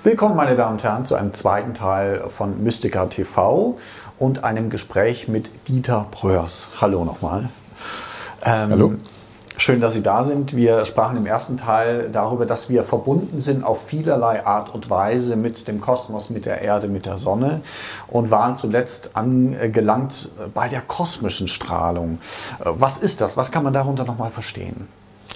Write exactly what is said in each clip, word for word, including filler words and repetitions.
Willkommen, meine Damen und Herren, zu einem zweiten Teil von Mystica T V und einem Gespräch mit Dieter Pröers. Hallo nochmal. Ähm, Hallo. Schön, dass Sie da sind. Wir sprachen im ersten Teil darüber, dass wir verbunden sind auf vielerlei Art und Weise mit dem Kosmos, mit der Erde, mit der Sonne und waren zuletzt angelangt bei der kosmischen Strahlung. Was ist das? Was kann man darunter nochmal verstehen?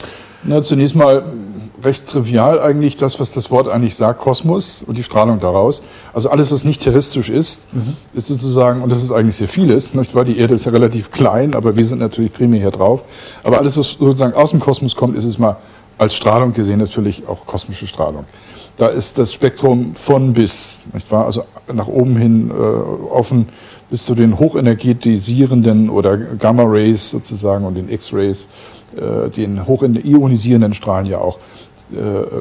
Na, zunächst mal recht trivial eigentlich das, was das Wort eigentlich sagt, Kosmos und die Strahlung daraus. Also alles, was nicht terrestrisch ist, mhm. ist sozusagen, und das ist eigentlich sehr vieles, nicht wahr? Die Erde ist ja relativ klein, aber wir sind natürlich primär hier drauf. Aber alles, was sozusagen aus dem Kosmos kommt, ist es mal als Strahlung gesehen natürlich auch kosmische Strahlung. Da ist das Spektrum von bis, nicht wahr? Also nach oben hin äh, offen bis zu den hochenergetisierenden oder Gamma-Rays sozusagen und den X-Rays, äh, den hochionisierenden Strahlen ja auch, äh,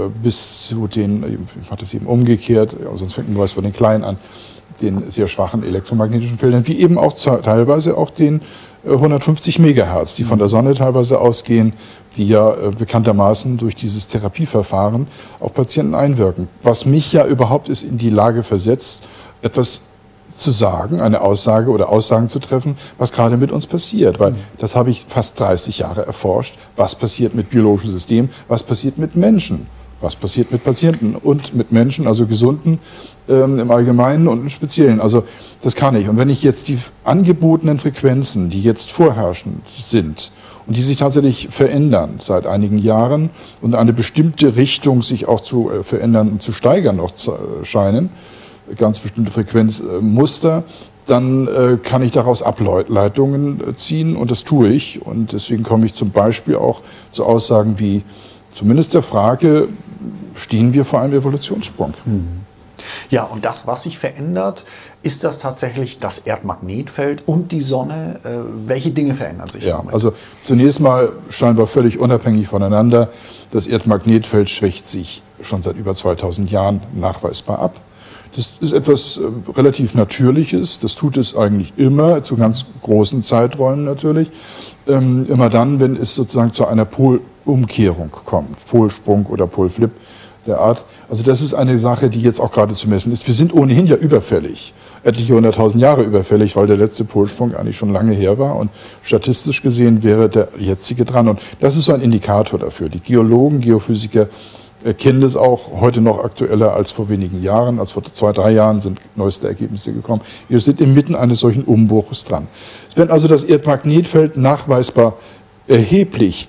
bis zu den, ich hatte es eben umgekehrt, sonst fängt man was bei den kleinen an, den sehr schwachen elektromagnetischen Feldern, wie eben auch teilweise auch den hundertfünfzig Megahertz, die von der Sonne teilweise ausgehen, die ja äh, bekanntermaßen durch dieses Therapieverfahren auf Patienten einwirken. Was mich ja überhaupt ist in die Lage versetzt, etwas zu sagen, eine Aussage oder Aussagen zu treffen, was gerade mit uns passiert. Weil das habe ich fast dreißig Jahre erforscht. Was passiert mit biologischen Systemen? Was passiert mit Menschen? Was passiert mit Patienten und mit Menschen, also Gesunden ähm, im Allgemeinen und im Speziellen. Also das kann ich. Und wenn ich jetzt die angebotenen Frequenzen, die jetzt vorherrschend sind und die sich tatsächlich verändern seit einigen Jahren und eine bestimmte Richtung sich auch zu äh, verändern und zu steigern noch äh, scheinen, ganz bestimmte Frequenzmuster, dann äh, kann ich daraus Ableitungen äh, ziehen und das tue ich. Und deswegen komme ich zum Beispiel auch zu Aussagen wie, zumindest der Frage, stehen wir vor einem Evolutionssprung? Hm. Ja, und das, was sich verändert, ist das tatsächlich das Erdmagnetfeld und die Sonne? Äh, welche Dinge verändern sich? Ja, also zunächst mal scheinbar völlig unabhängig voneinander. Das Erdmagnetfeld schwächt sich schon seit über zweitausend Jahren nachweisbar ab. Das ist etwas äh, relativ Natürliches, das tut es eigentlich immer, zu ganz großen Zeiträumen natürlich. Ähm, immer dann, wenn es sozusagen zu einer Polumkehrung kommt, Polsprung oder Polflip der Art. Also das ist eine Sache, die jetzt auch gerade zu messen ist. Wir sind ohnehin ja überfällig, etliche hunderttausend Jahre überfällig, weil der letzte Polsprung eigentlich schon lange her war und statistisch gesehen wäre der jetzige dran. Und das ist so ein Indikator dafür. Die Geologen, Geophysiker kennen das auch heute noch aktueller als vor wenigen Jahren. Als vor zwei, drei Jahren sind neueste Ergebnisse gekommen. Wir sind inmitten eines solchen Umbruchs dran. Wenn also das Erdmagnetfeld nachweisbar erheblich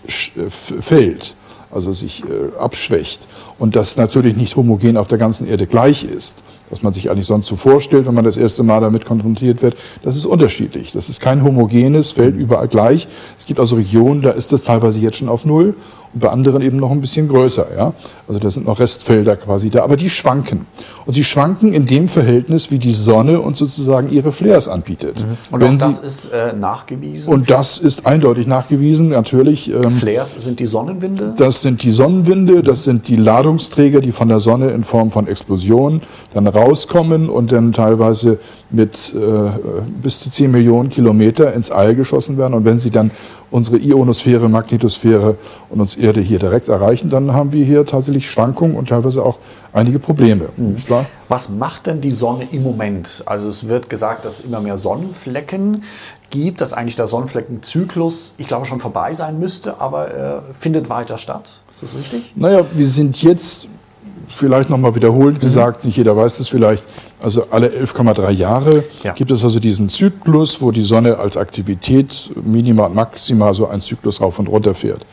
fällt, also sich äh, abschwächt und das natürlich nicht homogen auf der ganzen Erde gleich ist, was man sich eigentlich sonst so vorstellt, wenn man das erste Mal damit konfrontiert wird, das ist unterschiedlich. Das ist kein homogenes Feld überall gleich. Es gibt also Regionen, da ist das teilweise jetzt schon auf Null und bei anderen eben noch ein bisschen größer. Ja? Also da sind noch Restfelder quasi da, aber die schwanken. Und sie schwanken in dem Verhältnis, wie die Sonne uns sozusagen ihre Flares anbietet. Mhm. Und Wenn auch das sie, ist äh, nachgewiesen? Und das ist eindeutig nachgewiesen, natürlich. Ähm, Flares sind die Sonnenwinde? Das sind die Sonnenwinde, das sind die Ladungsträger, die von der Sonne in Form von Explosionen dann rauskommen und dann teilweise mit äh, bis zu zehn Millionen Kilometer ins All geschossen werden. Und wenn sie dann unsere Ionosphäre, Magnetosphäre und uns Erde hier direkt erreichen, dann haben wir hier tatsächlich Schwankungen und teilweise auch einige Probleme. Mhm. Nicht wahr? Was macht denn die Sonne im Moment? Also es wird gesagt, dass es immer mehr Sonnenflecken gibt, dass eigentlich der Sonnenfleckenzyklus, ich glaube, schon vorbei sein müsste, aber äh, findet weiter statt. Ist das richtig? Naja, wir sind jetzt, vielleicht nochmal wiederholt mhm. gesagt, nicht jeder weiß das vielleicht, also alle elf Komma drei Jahre ja. gibt es also diesen Zyklus, wo die Sonne als Aktivität Minima und Maxima so einen Zyklus rauf und runter fährt.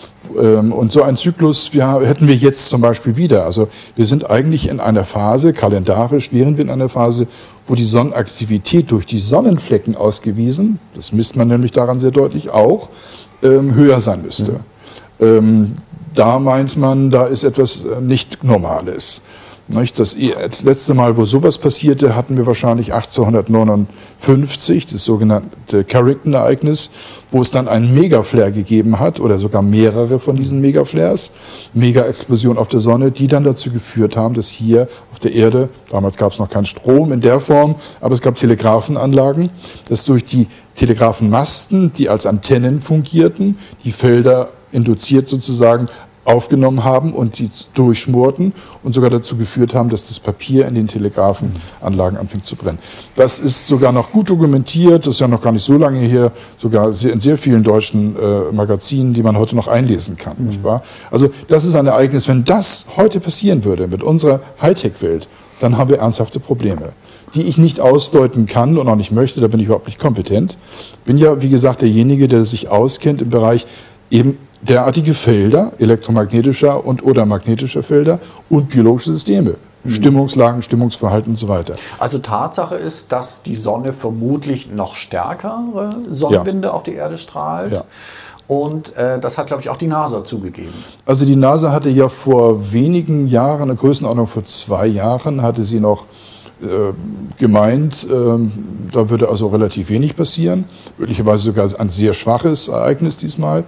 Und so einen Zyklus ja, hätten wir jetzt zum Beispiel wieder. Also wir sind eigentlich in einer Phase, kalendarisch wären wir in einer Phase, wo die Sonnenaktivität durch die Sonnenflecken ausgewiesen, das misst man nämlich daran sehr deutlich auch, ähm, höher sein müsste. Mhm. Ähm, da meint man, da ist etwas nicht Normales. Das letzte Mal, wo sowas passierte, hatten wir wahrscheinlich achtzehnhundertneunundfünfzig, das sogenannte Carrington-Ereignis, wo es dann einen Megaflare gegeben hat oder sogar mehrere von diesen Megaflares, Mega-Explosion auf der Sonne, die dann dazu geführt haben, dass hier auf der Erde, damals gab es noch keinen Strom in der Form, aber es gab Telegrafenanlagen, dass durch die Telegrafenmasten, die als Antennen fungierten, die Felder induziert sozusagen aufgenommen haben und die durchschmorten und sogar dazu geführt haben, dass das Papier in den Telegrafenanlagen anfängt zu brennen. Das ist sogar noch gut dokumentiert, das ist ja noch gar nicht so lange her, sogar in sehr vielen deutschen äh, Magazinen, die man heute noch einlesen kann. Mhm. Nicht wahr? Also das ist ein Ereignis, wenn das heute passieren würde mit unserer Hightech-Welt, dann haben wir ernsthafte Probleme, die ich nicht ausdeuten kann und auch nicht möchte, da bin ich überhaupt nicht kompetent. Bin ja, wie gesagt, derjenige, der sich auskennt im Bereich eben derartige Felder, elektromagnetischer und oder magnetischer Felder und biologische Systeme, mhm. Stimmungslagen, Stimmungsverhalten und so weiter. Also Tatsache ist, dass die Sonne vermutlich noch stärkere Sonnenwinde ja. auf die Erde strahlt. Ja. Und äh, das hat, glaube ich, auch die NASA zugegeben. Also die NASA hatte ja vor wenigen Jahren, eine Größenordnung vor zwei Jahren, hatte sie noch äh, gemeint, äh, da würde also relativ wenig passieren. Möglicherweise sogar ein sehr schwaches Ereignis diesmal.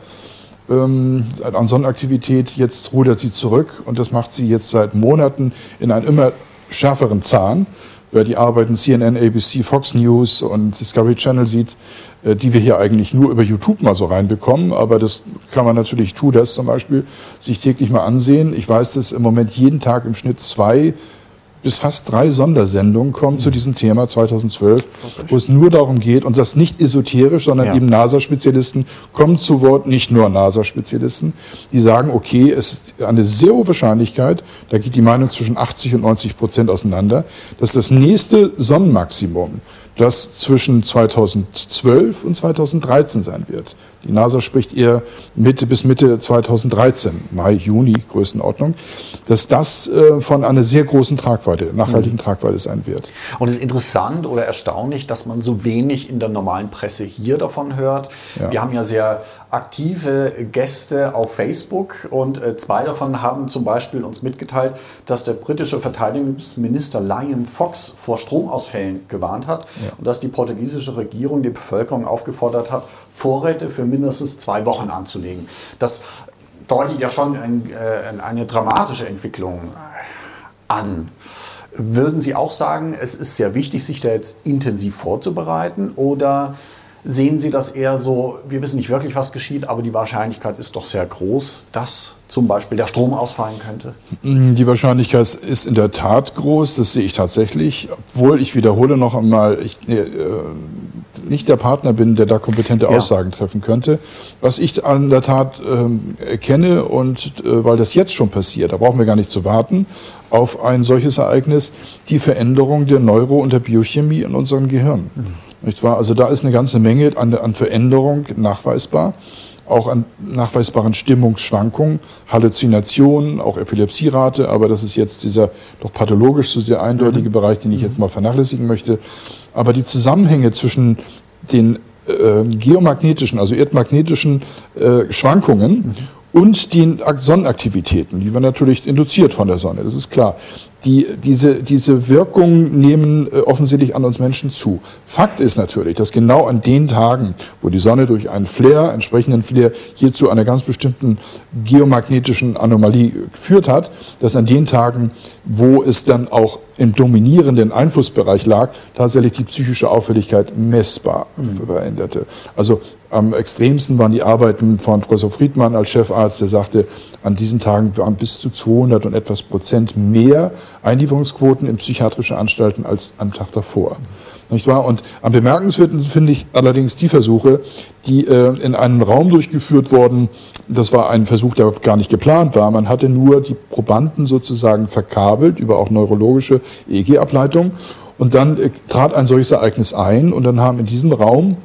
Ähm, an Sonnenaktivität. Jetzt rudert sie zurück und das macht sie jetzt seit Monaten in einen immer schärferen Zahn. Wer die Arbeiten C N N, A B C, Fox News und Discovery Channel sieht, äh, die wir hier eigentlich nur über YouTube mal so reinbekommen, aber das kann man natürlich, tu das zum Beispiel, sich täglich mal ansehen. Ich weiß, dass im Moment jeden Tag im Schnitt zwei bis fast drei Sondersendungen kommen mhm. zu diesem Thema zweitausendzwölf, wo es nur darum geht, und das nicht esoterisch, sondern ja. eben NASA-Spezialisten kommen zu Wort, nicht nur NASA-Spezialisten, die sagen, okay, es ist eine sehr hohe Wahrscheinlichkeit, da geht die Meinung zwischen achtzig und neunzig Prozent auseinander, dass das nächste Sonnenmaximum, das zwischen zweitausendzwölf und zweitausenddreizehn sein wird. Die NASA spricht eher Mitte bis Mitte zweitausenddreizehn, Mai, Juni, Größenordnung, dass das äh, von einer sehr großen Tragweite, nachhaltigen mhm. Tragweite sein wird. Und es ist interessant oder erstaunlich, dass man so wenig in der normalen Presse hier davon hört. Ja. Wir haben ja sehr aktive Gäste auf Facebook und äh, zwei davon haben zum Beispiel uns mitgeteilt, dass der britische Verteidigungsminister Liam Fox vor Stromausfällen gewarnt hat ja. und dass die portugiesische Regierung die Bevölkerung aufgefordert hat, Vorräte für mindestens zwei Wochen anzulegen. Das deutet ja schon ein, äh, eine dramatische Entwicklung an. Würden Sie auch sagen, es ist sehr wichtig, sich da jetzt intensiv vorzubereiten, oder sehen Sie das eher so, wir wissen nicht wirklich, was geschieht, aber die Wahrscheinlichkeit ist doch sehr groß, dass zum Beispiel der Strom ausfallen könnte? Die Wahrscheinlichkeit ist in der Tat groß, das sehe ich tatsächlich, obwohl ich wiederhole noch einmal, ich äh, nicht der Partner bin, der da kompetente ja. Aussagen treffen könnte. Was ich an der Tat äh, erkenne, und äh, weil das jetzt schon passiert, da brauchen wir gar nicht zu warten auf ein solches Ereignis, die Veränderung der Neuro- und der Biochemie in unserem Gehirn. Mhm. Nicht wahr? Also da ist eine ganze Menge an, an Veränderung nachweisbar, auch an nachweisbaren Stimmungsschwankungen, Halluzinationen, auch Epilepsierate, aber das ist jetzt dieser doch pathologisch so sehr eindeutige mhm. Bereich, den ich jetzt mal vernachlässigen möchte. Aber die Zusammenhänge zwischen den äh, geomagnetischen, also erdmagnetischen äh, Schwankungen mhm. und den Sonnenaktivitäten, die werden natürlich induziert von der Sonne, das ist klar. Die, diese, diese Wirkungen nehmen äh, offensichtlich an uns Menschen zu. Fakt ist natürlich, dass genau an den Tagen, wo die Sonne durch einen Flare, entsprechenden Flare, hier zu einer ganz bestimmten geomagnetischen Anomalie geführt hat, dass an den Tagen, wo es dann auch im dominierenden Einflussbereich lag, tatsächlich die psychische Auffälligkeit messbar mhm. veränderte. Also am extremsten waren die Arbeiten von Professor Friedmann als Chefarzt, der sagte, an diesen Tagen waren bis zu zweihundert und etwas Prozent mehr Einlieferungsquoten in psychiatrische Anstalten als am Tag davor. Nicht wahr? Und am bemerkenswertesten finde ich allerdings die Versuche, die äh, in einem Raum durchgeführt wurden. Das war ein Versuch, der gar nicht geplant war. Man hatte nur die Probanden sozusagen verkabelt über auch neurologische E E G-Ableitung. Und dann äh, trat ein solches Ereignis ein, und dann haben in diesem Raum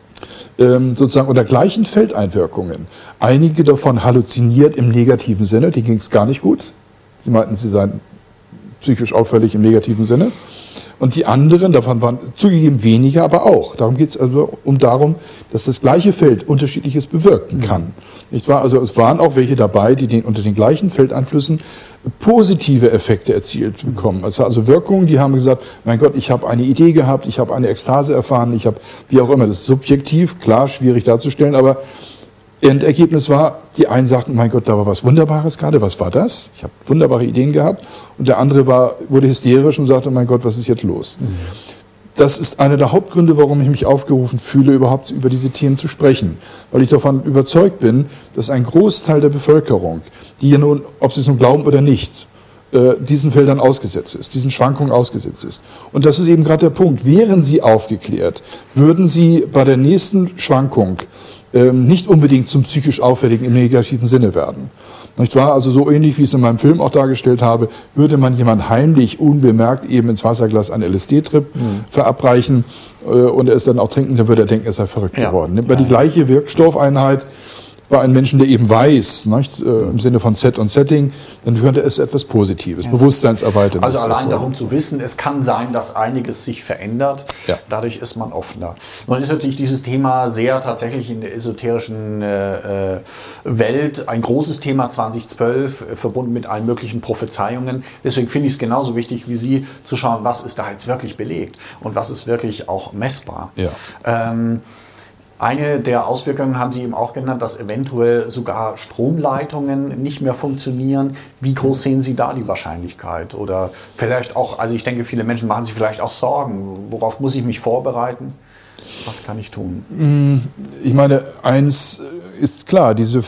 ähm, sozusagen unter gleichen Feldeinwirkungen einige davon halluziniert im negativen Sinne. Die ging es gar nicht gut. Sie meinten, sie seien psychisch auffällig im negativen Sinne. Und die anderen, davon waren zugegeben weniger, aber auch. Darum geht es also um darum, dass das gleiche Feld Unterschiedliches bewirken kann. Mhm. Nicht wahr? Also es waren auch welche dabei, die den, unter den gleichen Feldeinflüssen positive Effekte erzielt bekommen. Also, also Wirkungen, die haben gesagt, mein Gott, ich habe eine Idee gehabt, ich habe eine Ekstase erfahren, ich habe, wie auch immer, das ist subjektiv, klar, schwierig darzustellen, aber Endergebnis war, die einen sagten, mein Gott, da war was Wunderbares gerade, was war das? Ich habe wunderbare Ideen gehabt. Und der andere war, wurde hysterisch und sagte, mein Gott, was ist jetzt los? Mhm. das ist einer der Hauptgründe, warum ich mich aufgerufen fühle, überhaupt über diese Themen zu sprechen. Weil ich davon überzeugt bin, dass ein Großteil der Bevölkerung, die ja nun, ob sie es nun glauben oder nicht, diesen Feldern ausgesetzt ist, diesen Schwankungen ausgesetzt ist. Und das ist eben gerade der Punkt. Wären sie aufgeklärt, würden sie bei der nächsten Schwankung ähm, nicht unbedingt zum psychisch Auffälligen im negativen Sinne werden. Nicht wahr? Also so ähnlich, wie ich es in meinem Film auch dargestellt habe, würde man jemand heimlich, unbemerkt eben ins Wasserglas einen L S D-Trip mhm. verabreichen äh, und er es dann auch trinken, dann würde er denken, er sei verrückt ja. geworden. Nimmt man ja. die gleiche Wirkstoffeinheit bei einem Menschen, der eben weiß, nicht, äh, im Sinne von Set und Setting, dann könnte es etwas Positives, ja. Bewusstseinserweiterndes. Also allein darum zu wissen, es kann sein, dass einiges sich verändert, ja. dadurch ist man offener. Nun ist natürlich dieses Thema sehr tatsächlich in der esoterischen äh, Welt ein großes Thema zweitausendzwölf, äh, verbunden mit allen möglichen Prophezeiungen. Deswegen finde ich es genauso wichtig wie Sie, zu schauen, was ist da jetzt wirklich belegt und was ist wirklich auch messbar. Ja. Ähm, Eine der Auswirkungen haben Sie eben auch genannt, dass eventuell sogar Stromleitungen nicht mehr funktionieren. Wie groß sehen Sie da die Wahrscheinlichkeit? Oder vielleicht auch, also ich denke, viele Menschen machen sich vielleicht auch Sorgen. Worauf muss ich mich vorbereiten? Was kann ich tun? Ich meine, eins ist klar, diese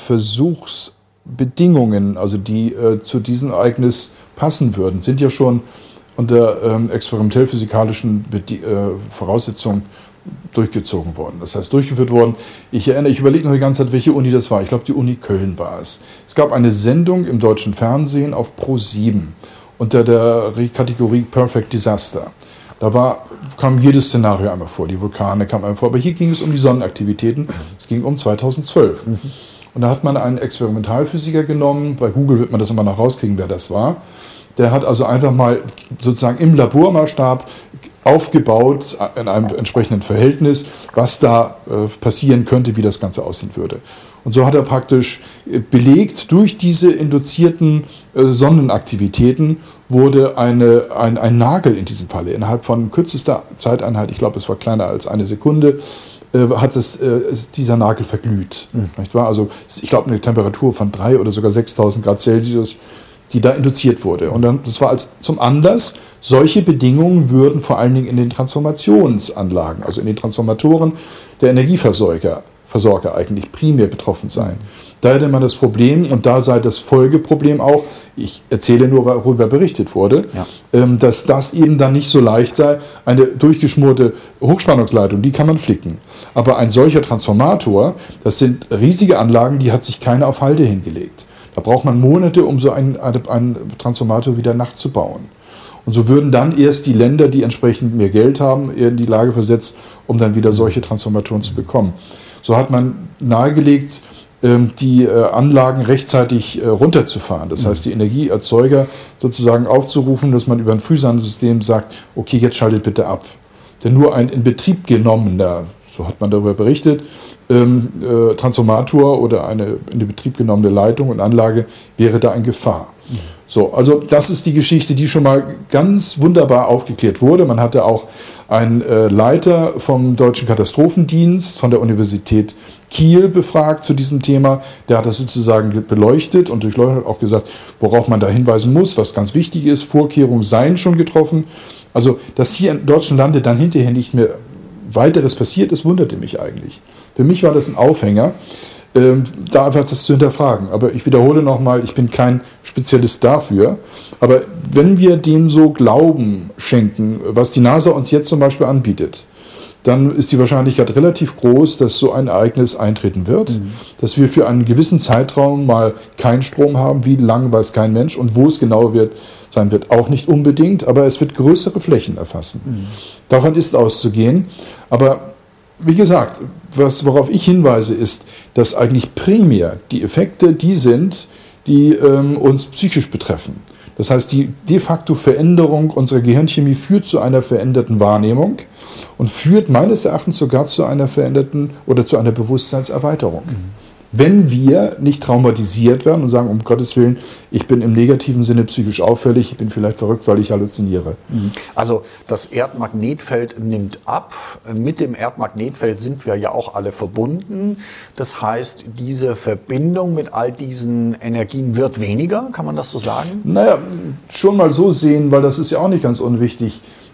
Versuchsbedingungen, also die äh, zu diesem Ereignis passen würden, sind ja schon unter ähm, experimentell-physikalischen Bedi- äh, Voraussetzungen durchgezogen worden. Das heißt, durchgeführt worden. Ich erinnere, ich überlege noch die ganze Zeit, welche Uni das war. Ich glaube, die Uni Köln war es. Es gab eine Sendung im deutschen Fernsehen auf Pro sieben unter der Kategorie Perfect Disaster. Da war, kam jedes Szenario einmal vor. Die Vulkane kamen einmal vor. Aber hier ging es um die Sonnenaktivitäten. Es ging um zweitausendzwölf. Mhm. Und da hat man einen Experimentalphysiker genommen. Bei Google wird man das immer noch rauskriegen, wer das war. Der hat also einfach mal sozusagen im Labormaßstab aufgebaut in einem entsprechenden Verhältnis, was da äh, passieren könnte, wie das Ganze aussehen würde. Und so hat er praktisch belegt, durch diese induzierten äh, Sonnenaktivitäten wurde eine, ein, ein Nagel in diesem Falle innerhalb von kürzester Zeiteinheit, ich glaube es war kleiner als eine Sekunde, äh, hat es, äh, dieser Nagel verglüht. Mhm. Nicht wahr? Also ich glaube eine Temperatur von drei oder sogar sechstausend Grad Celsius, die da induziert wurde. Und dann, das war als zum Anlass, solche Bedingungen würden vor allen Dingen in den Transformationsanlagen, also in den Transformatoren der Energieversorger Versorger eigentlich primär betroffen sein. Da hätte man das Problem, und da sei das Folgeproblem auch, ich erzähle nur, worüber berichtet wurde, ja. ähm, dass das eben dann nicht so leicht sei. Eine durchgeschmorte Hochspannungsleitung, die kann man flicken. Aber ein solcher Transformator, das sind riesige Anlagen, die hat sich keiner auf Halde hingelegt. Da braucht man Monate, um so einen, einen Transformator wieder nachzubauen. Und so würden dann erst die Länder, die entsprechend mehr Geld haben, in die Lage versetzt, um dann wieder solche Transformatoren zu bekommen. So hat man nahegelegt, die Anlagen rechtzeitig runterzufahren. Das heißt, die Energieerzeuger sozusagen aufzurufen, dass man über ein Frühwarnsystem sagt, okay, jetzt schaltet bitte ab. Denn nur ein in Betrieb genommener, so hat man darüber berichtet, ähm, äh, Transformator oder eine in Betrieb genommene Leitung und Anlage wäre da in Gefahr. Mhm. So, also das ist die Geschichte, die schon mal ganz wunderbar aufgeklärt wurde. Man hatte auch einen äh, Leiter vom Deutschen Katastrophendienst von der Universität Kiel befragt zu diesem Thema. Der hat das sozusagen beleuchtet und durchleuchtet, auch gesagt, worauf man da hinweisen muss, was ganz wichtig ist. Vorkehrungen seien schon getroffen. Also, dass hier in deutschen Lande dann hinterher nicht mehr weiteres passiert ist, wunderte mich eigentlich. Für mich war das ein Aufhänger, ähm, da einfach das zu hinterfragen. Aber ich wiederhole nochmal, ich bin kein Spezialist dafür. Aber wenn wir dem so Glauben schenken, was die NASA uns jetzt zum Beispiel anbietet, dann ist die Wahrscheinlichkeit relativ groß, dass so ein Ereignis eintreten wird, mhm. dass wir für einen gewissen Zeitraum mal keinen Strom haben, wie lange weiß kein Mensch und wo es genau wird, sein wird, auch nicht unbedingt, aber es wird größere Flächen erfassen. Mhm. Davon ist auszugehen. Aber wie gesagt, was, worauf ich hinweise, ist, dass eigentlich primär die Effekte die sind, die ähm, uns psychisch betreffen. Das heißt, die de facto Veränderung unserer Gehirnchemie führt zu einer veränderten Wahrnehmung und führt meines Erachtens sogar zu einer veränderten oder zu einer Bewusstseinserweiterung. Mhm. Wenn wir nicht traumatisiert werden und sagen, um Gottes Willen, ich bin im negativen Sinne psychisch auffällig, ich bin vielleicht verrückt, weil ich halluziniere. Also das Erdmagnetfeld nimmt ab. Mit dem Erdmagnetfeld sind wir ja auch alle verbunden. Das heißt, diese Verbindung mit all diesen Energien wird weniger, kann man das so sagen? Naja, schon mal so sehen, weil das ist ja auch nicht ganz unwichtig.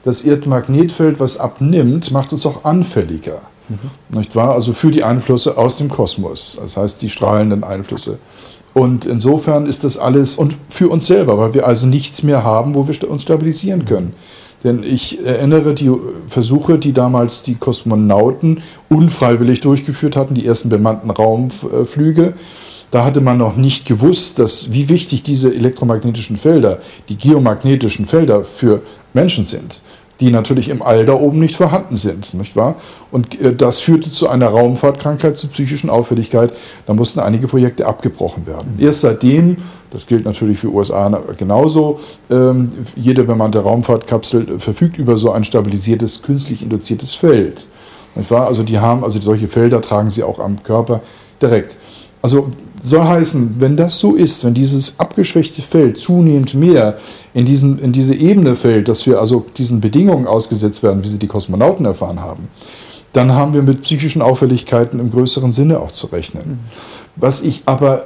das Erdmagnetfeld, was abnimmt, macht uns auch anfälliger. Mhm. Nicht wahr? Also für die Einflüsse aus dem Kosmos, das heißt die strahlenden Einflüsse. Und insofern ist das alles, und für uns selber, weil wir also nichts mehr haben, wo wir uns stabilisieren können. Denn ich erinnere die Versuche, die damals die Kosmonauten unfreiwillig durchgeführt hatten, die ersten bemannten Raumflüge. Da hatte man noch nicht gewusst, dass, wie wichtig diese elektromagnetischen Felder, die geomagnetischen Felder für Menschen sind, die natürlich im All da oben nicht vorhanden sind, nicht wahr? Und das führte zu einer Raumfahrtkrankheit, zu psychischen Auffälligkeit. Da mussten einige Projekte abgebrochen werden. Erst seitdem, das gilt natürlich für U S A genauso, ähm, jede bemannte Raumfahrtkapsel verfügt über so ein stabilisiertes, künstlich induziertes Feld. Nicht wahr? Also die haben, also solche Felder tragen sie auch am Körper direkt. Also soll heißen, wenn das so ist, wenn dieses abgeschwächte Feld zunehmend mehr in, diesen, in diese Ebene fällt, dass wir also diesen Bedingungen ausgesetzt werden, wie sie die Kosmonauten erfahren haben, dann haben wir mit psychischen Auffälligkeiten im größeren Sinne auch zu rechnen. Was ich aber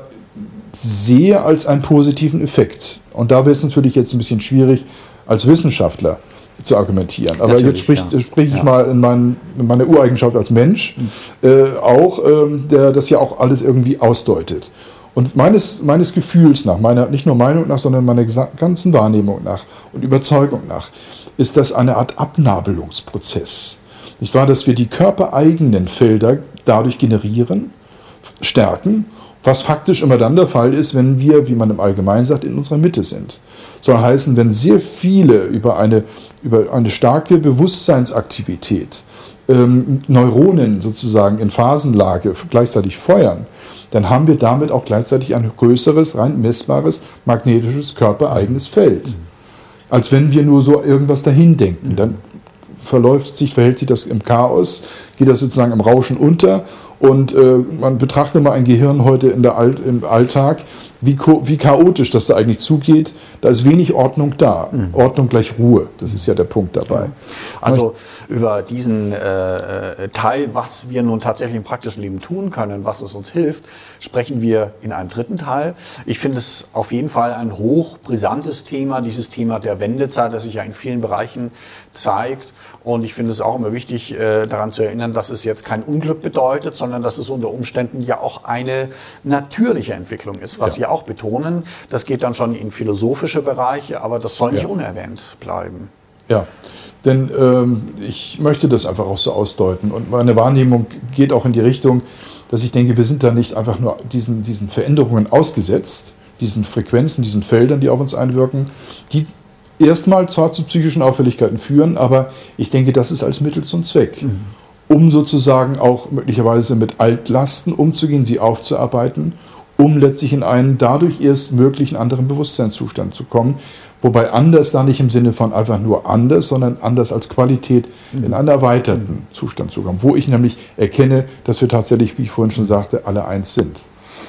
sehe als einen positiven Effekt, und da wäre es natürlich jetzt ein bisschen schwierig als Wissenschaftler zu argumentieren. Aber natürlich, jetzt sprich, ja. spreche ich ja. mal in, mein, in meiner Ureigenschaft als Mensch, mhm. äh, auch, ähm, der das ja auch alles irgendwie ausdeutet. Und meines, meines Gefühls nach, meiner, nicht nur Meinung nach, sondern meiner ganzen Wahrnehmung nach und Überzeugung nach, ist das eine Art Abnabelungsprozess. Nicht wahr, dass wir die körpereigenen Felder dadurch generieren, stärken, was faktisch immer dann der Fall ist, wenn wir, wie man im Allgemeinen sagt, in unserer Mitte sind. Soll heißen, wenn sehr viele über eine, über eine starke Bewusstseinsaktivität ähm, Neuronen sozusagen in Phasenlage gleichzeitig feuern, dann haben wir damit auch gleichzeitig ein größeres, rein messbares, magnetisches, körpereigenes Feld. Mhm. Als wenn wir nur so irgendwas dahin denken. Dann verläuft sich, verhält sich das im Chaos, geht das sozusagen im Rauschen unter. Und äh, man betrachtet mal ein Gehirn heute in der All- im Alltag, wie, wie chaotisch das da eigentlich zugeht. Da ist wenig Ordnung da. Mhm. Ordnung gleich Ruhe. Das ist ja der Punkt dabei. Also über diesen äh, Teil, was wir nun tatsächlich im praktischen Leben tun können, was es uns hilft, sprechen wir in einem dritten Teil. Ich finde es auf jeden Fall ein hochbrisantes Thema, dieses Thema der Wendezeit, das sich ja in vielen Bereichen zeigt. Und ich finde es auch immer wichtig, äh, daran zu erinnern, dass es jetzt kein Unglück bedeutet, sondern dass es unter Umständen ja auch eine natürliche Entwicklung ist, was ja. Sie auch betonen. Das geht dann schon in philosophische Bereiche, aber das soll nicht ja. unerwähnt bleiben. Ja, denn ähm, ich möchte das einfach auch so ausdeuten. Und meine Wahrnehmung geht auch in die Richtung, dass ich denke, wir sind da nicht einfach nur diesen, diesen Veränderungen ausgesetzt, diesen Frequenzen, diesen Feldern, die auf uns einwirken, die erstmal zwar zu psychischen Auffälligkeiten führen, aber ich denke, das ist als Mittel zum Zweck, mhm. um sozusagen auch möglicherweise mit Altlasten umzugehen, sie aufzuarbeiten, um letztlich in einen dadurch erst möglichen anderen Bewusstseinszustand zu kommen. Wobei anders da nicht im Sinne von einfach nur anders, sondern anders als Qualität mhm. in einen erweiterten mhm. Zustand zu kommen, wo ich nämlich erkenne, dass wir tatsächlich, wie ich vorhin schon sagte, alle eins sind.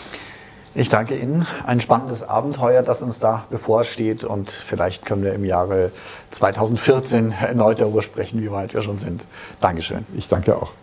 Ich danke Ihnen. Ein spannendes Abenteuer, das uns da bevorsteht. Und vielleicht können wir im Jahre zweitausendvierzehn erneut darüber sprechen, wie weit wir schon sind. Dankeschön. Ich danke auch.